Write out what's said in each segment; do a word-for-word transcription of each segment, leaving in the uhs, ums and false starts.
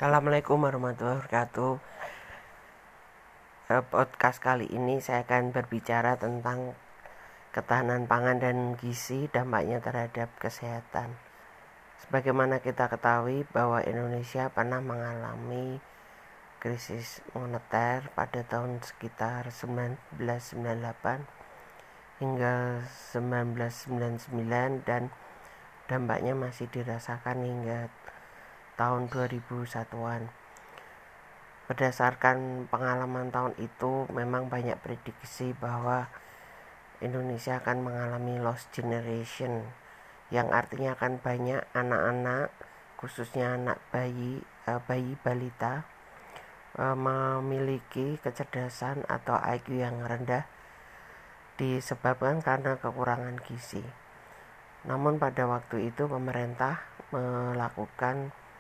Assalamualaikum warahmatullahi wabarakatuh. Podcast kali ini saya akan berbicara tentang ketahanan pangan dan gizi, dampaknya terhadap kesehatan. Sebagaimana kita ketahui bahwa Indonesia pernah mengalami krisis moneter pada tahun sekitar seribu sembilan ratus sembilan puluh delapan hingga seribu sembilan ratus sembilan puluh sembilan, dan dampaknya masih dirasakan hingga tahun dua ribu satuan. Berdasarkan pengalaman tahun itu, memang banyak prediksi bahwa Indonesia akan mengalami lost generation, yang artinya akan banyak anak-anak, khususnya anak bayi, bayi balita, memiliki kecerdasan atau I Q yang rendah disebabkan karena kekurangan gizi. Namun pada waktu itu pemerintah melakukan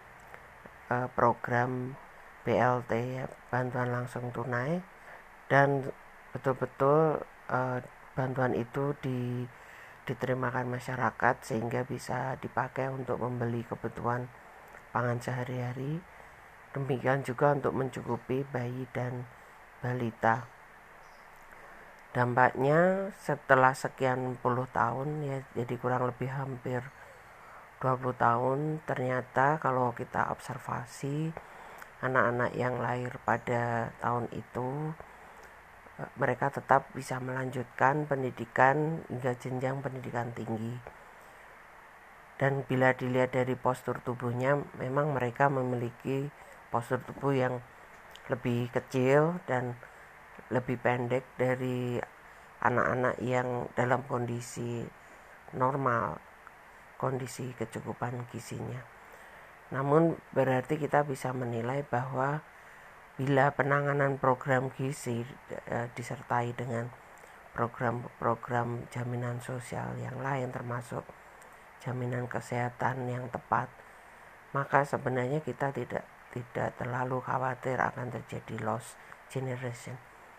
program B L T, ya, bantuan langsung tunai, dan betul-betul uh, bantuan itu di, diterimakan masyarakat sehingga bisa dipakai untuk membeli kebutuhan pangan sehari-hari, demikian juga untuk mencukupi bayi dan balita. Dampaknya setelah sekian puluh tahun, ya jadi kurang lebih hampir dua puluh tahun, ternyata kalau kita observasi anak-anak yang lahir pada tahun itu, mereka tetap bisa melanjutkan pendidikan hingga jenjang pendidikan tinggi. Dan bila dilihat dari postur tubuhnya, memang mereka memiliki postur tubuh yang lebih kecil dan lebih pendek dari anak-anak yang dalam kondisi normal, kondisi kecukupan gizinya. Namun berarti kita bisa menilai bahwa bila penanganan program gizi e, disertai dengan program-program jaminan sosial yang lain, termasuk jaminan kesehatan yang tepat, maka sebenarnya kita tidak tidak terlalu khawatir akan terjadi lost generation.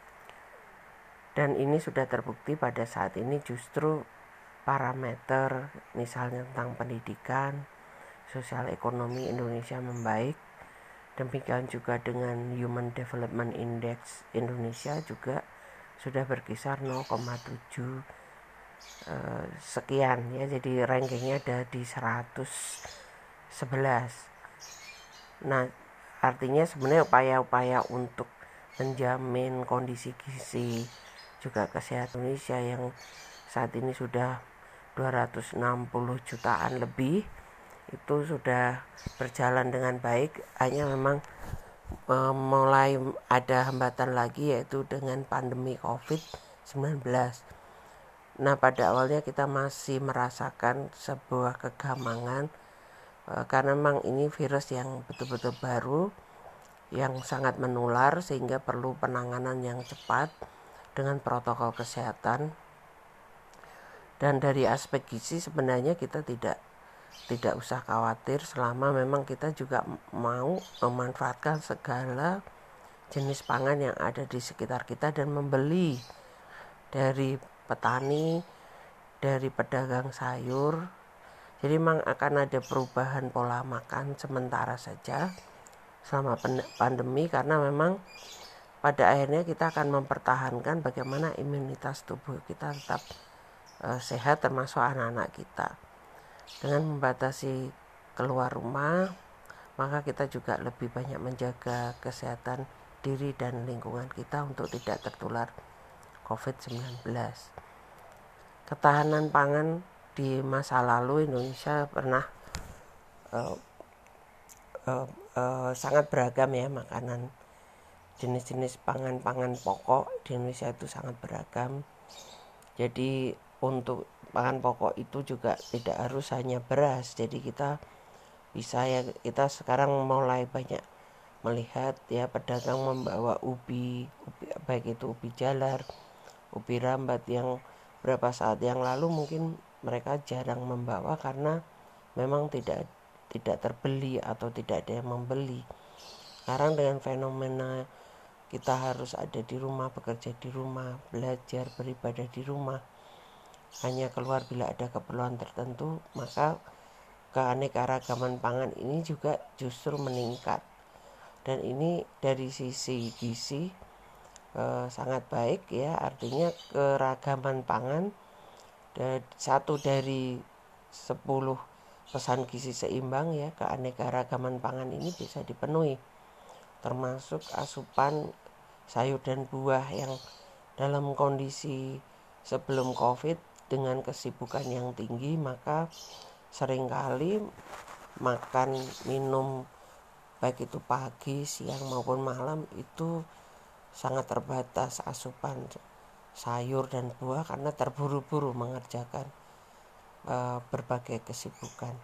Dan ini sudah terbukti pada saat ini justru parameter misalnya tentang pendidikan, sosial ekonomi Indonesia membaik. Demikian juga dengan Human Development Index Indonesia juga sudah berkisar nol koma tujuh eh, sekian, ya, jadi rankingnya ada di seratus sebelas. Nah, artinya sebenarnya upaya-upaya untuk menjamin kondisi gizi juga kesehatan Indonesia yang saat ini sudah dua ratus enam puluh jutaan lebih, itu sudah berjalan dengan baik. Hanya memang e, mulai ada hambatan lagi, yaitu dengan pandemi covid sembilan belas. Nah, pada awalnya kita masih merasakan sebuah kegamangan e, karena memang ini virus yang betul-betul baru, yang sangat menular, sehingga perlu penanganan yang cepat dengan protokol kesehatan. Dan dari aspek gizi sebenarnya kita tidak tidak usah khawatir selama memang kita juga mau memanfaatkan segala jenis pangan yang ada di sekitar kita dan membeli dari petani, dari pedagang sayur. Jadi memang akan ada perubahan pola makan sementara saja selama pandemi, karena memang pada akhirnya kita akan mempertahankan bagaimana imunitas tubuh kita tetap uh, sehat, termasuk anak-anak kita. Dengan membatasi keluar rumah, maka kita juga lebih banyak menjaga kesehatan diri dan lingkungan kita untuk tidak tertular covid sembilan belas. Ketahanan pangan di masa lalu Indonesia pernah uh, uh, uh, sangat beragam, ya, makanan, jenis-jenis pangan-pangan pokok di Indonesia itu sangat beragam. Jadi untuk pangan pokok itu juga tidak harus hanya beras. Jadi kita bisa, ya, kita sekarang mulai banyak melihat, ya, pedagang membawa ubi, ubi baik itu ubi jalar, ubi rambat, yang beberapa saat yang lalu mungkin mereka jarang membawa karena memang tidak tidak terbeli atau tidak ada yang membeli. Sekarang dengan fenomena kita harus ada di rumah, bekerja di rumah, belajar, beribadah di rumah, hanya keluar bila ada keperluan tertentu, maka keanekaragaman pangan ini juga justru meningkat. Dan ini dari sisi gizi eh, sangat baik ya, artinya keragaman pangan satu dari sepuluh pesan gizi seimbang ya, keanekaragaman pangan ini bisa dipenuhi, termasuk asupan sayur dan buah yang dalam kondisi sebelum COVID dengan kesibukan yang tinggi, maka seringkali makan minum baik itu pagi, siang maupun malam itu sangat terbatas asupan sayur dan buah karena terburu-buru mengerjakan uh, berbagai kesibukan.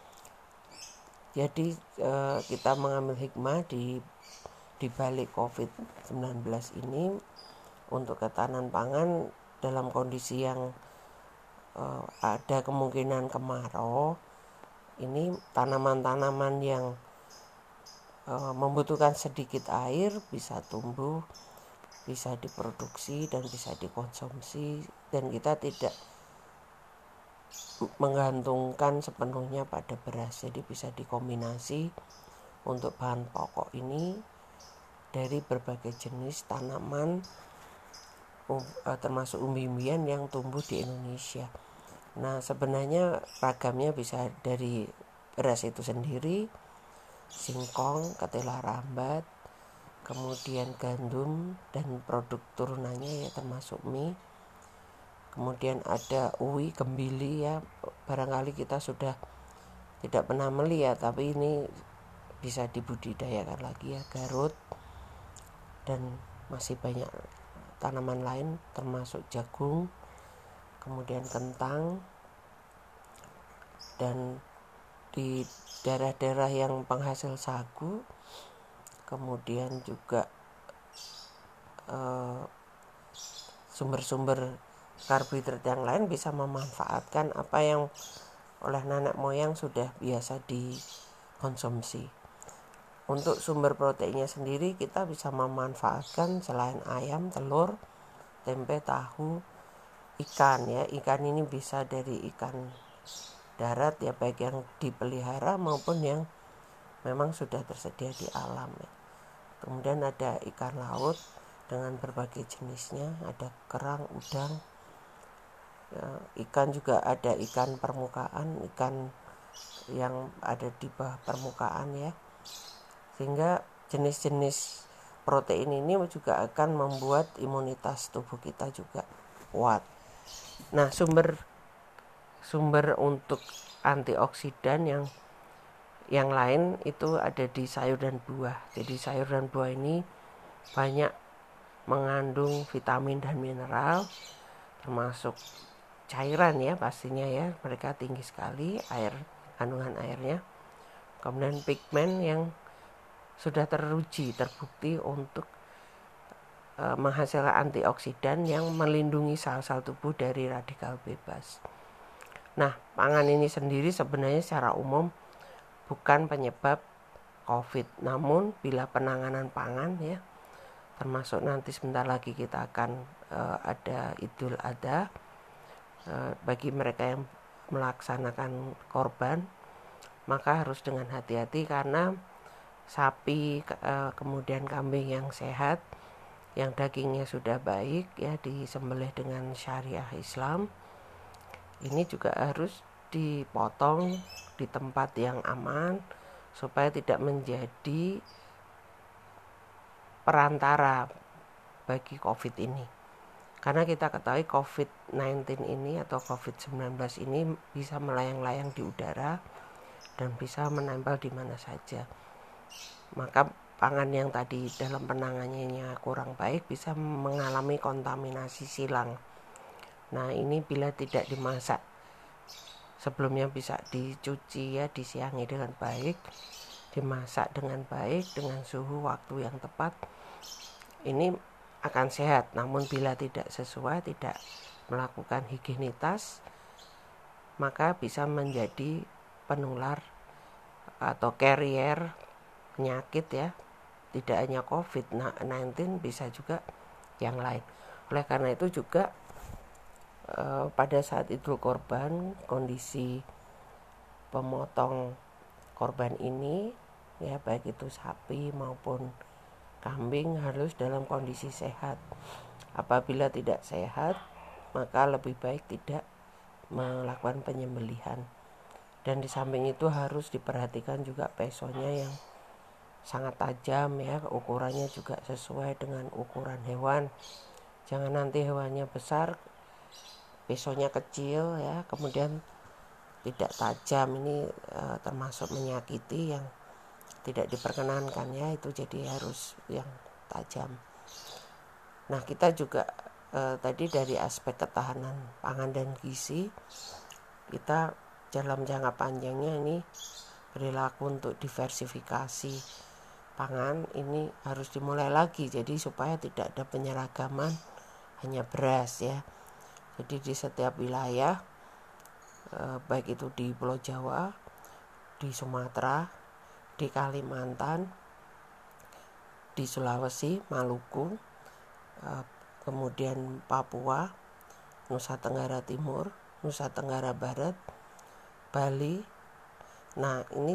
Jadi uh, kita mengambil hikmah di di balik covid sembilan belas ini untuk ketahanan pangan dalam kondisi yang uh, ada kemungkinan kemarau. Ini tanaman-tanaman yang membutuhkan sedikit air bisa tumbuh, bisa diproduksi dan bisa dikonsumsi, dan kita tidak menggantungkan sepenuhnya pada beras. Jadi bisa dikombinasi untuk bahan pokok ini dari berbagai jenis tanaman termasuk umbi-umbian yang tumbuh di Indonesia. Nah, sebenarnya ragamnya bisa dari beras itu sendiri, singkong, ketela rambat, kemudian gandum dan produk turunannya ya termasuk mie. Kemudian ada uwi, gembili ya, barangkali kita sudah tidak pernah melihat, tapi ini bisa dibudidayakan lagi ya, garut, dan masih banyak tanaman lain termasuk jagung, kemudian kentang, dan di daerah-daerah yang penghasil sagu, kemudian juga eh, sumber-sumber karbohidrat yang lain bisa memanfaatkan apa yang oleh nenek moyang sudah biasa dikonsumsi. Untuk sumber proteinnya sendiri kita bisa memanfaatkan selain ayam, telur, tempe, tahu, ikan ya. Ikan ini bisa dari ikan darat ya, baik yang dipelihara maupun yang memang sudah tersedia di alam ya. Kemudian ada ikan laut dengan berbagai jenisnya, ada kerang, udang ya, ikan juga ada ikan permukaan, ikan yang ada di bawah permukaan ya, sehingga jenis-jenis protein ini juga akan membuat imunitas tubuh kita juga kuat. Nah, sumber sumber untuk antioksidan yang yang lain itu ada di sayur dan buah. Jadi sayur dan buah ini banyak mengandung vitamin dan mineral, termasuk cairan ya pastinya ya, mereka tinggi sekali air, kandungan airnya. Kemudian pigmen yang sudah teruji, terbukti untuk e, menghasilkan antioksidan yang melindungi sel-sel tubuh dari radikal bebas. Nah, pangan ini sendiri sebenarnya secara umum bukan penyebab COVID, namun bila penanganan pangan ya, termasuk nanti sebentar lagi kita akan uh, ada Idul Adha, uh, bagi mereka yang melaksanakan korban, maka harus dengan hati-hati karena sapi uh, kemudian kambing yang sehat, yang dagingnya sudah baik ya, disembelih dengan syariah Islam, ini juga harus dipotong di tempat yang aman supaya tidak menjadi perantara bagi COVID ini. Karena kita ketahui covid sembilan belas ini atau covid sembilan belas ini bisa melayang-layang di udara dan bisa menempel di mana saja. Maka pangan yang tadi dalam penanganannya kurang baik bisa mengalami kontaminasi silang. Nah, ini bila tidak dimasak sebelumnya bisa dicuci ya, disiangi dengan baik, dimasak dengan baik dengan suhu waktu yang tepat, ini akan sehat. Namun bila tidak sesuai, tidak melakukan higienitas, maka bisa menjadi penular atau carrier penyakit ya, tidak hanya covid sembilan belas, bisa juga yang lain. Oleh karena itu juga eh, pada saat Idul Korban, kondisi pemotong korban ini ya, baik itu sapi maupun kambing harus dalam kondisi sehat. Apabila tidak sehat, maka lebih baik tidak melakukan penyembelihan. Dan di samping itu harus diperhatikan juga pesonya yang sangat tajam ya, ukurannya juga sesuai dengan ukuran hewan. Jangan nanti hewannya besar, pesonya kecil ya, kemudian tidak tajam. Ini e, termasuk menyakiti yang tidak diperkenankan ya, itu jadi harus yang tajam. Nah, kita juga e, tadi dari aspek ketahanan pangan dan gizi, kita dalam jangka panjangnya ini perilaku untuk diversifikasi pangan ini harus dimulai lagi, jadi supaya tidak ada penyeragaman hanya beras ya. Jadi di setiap wilayah eh, baik itu di Pulau Jawa, di Sumatera, di Kalimantan, di Sulawesi, Maluku, eh, kemudian Papua, Nusa Tenggara Timur, Nusa Tenggara Barat, Bali. Nah, ini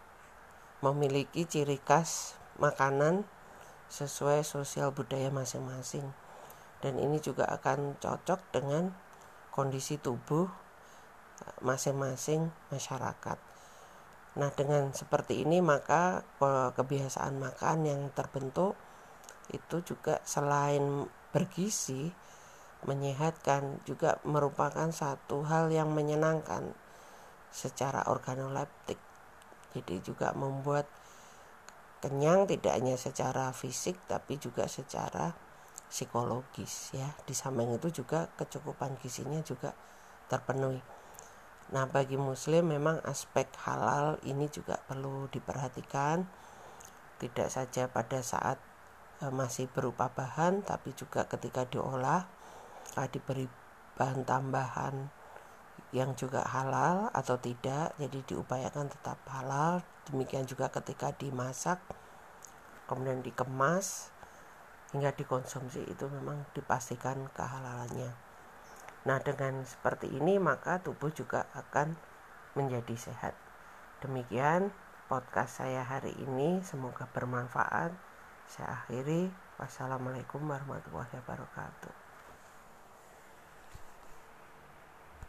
memiliki ciri khas makanan sesuai sosial budaya masing-masing. Dan ini juga akan cocok dengan kondisi tubuh masing-masing masyarakat. Nah, dengan seperti ini maka kebiasaan makan yang terbentuk itu juga selain bergizi, menyehatkan, juga merupakan satu hal yang menyenangkan secara organoleptik. Jadi juga membuat kenyang tidak hanya secara fisik tapi juga secara psikologis ya. Di samping itu juga kecukupan gizinya juga terpenuhi. Nah, bagi muslim memang aspek halal ini juga perlu diperhatikan, tidak saja pada saat e, masih berupa bahan, tapi juga ketika diolah diberi bahan tambahan yang juga halal atau tidak, jadi diupayakan tetap halal. Demikian juga ketika dimasak kemudian dikemas hingga dikonsumsi, itu memang dipastikan kehalalannya. Nah, dengan seperti ini maka tubuh juga akan menjadi sehat. Demikian podcast saya hari ini, semoga bermanfaat. Saya akhiri. Wassalamualaikum warahmatullahi wabarakatuh.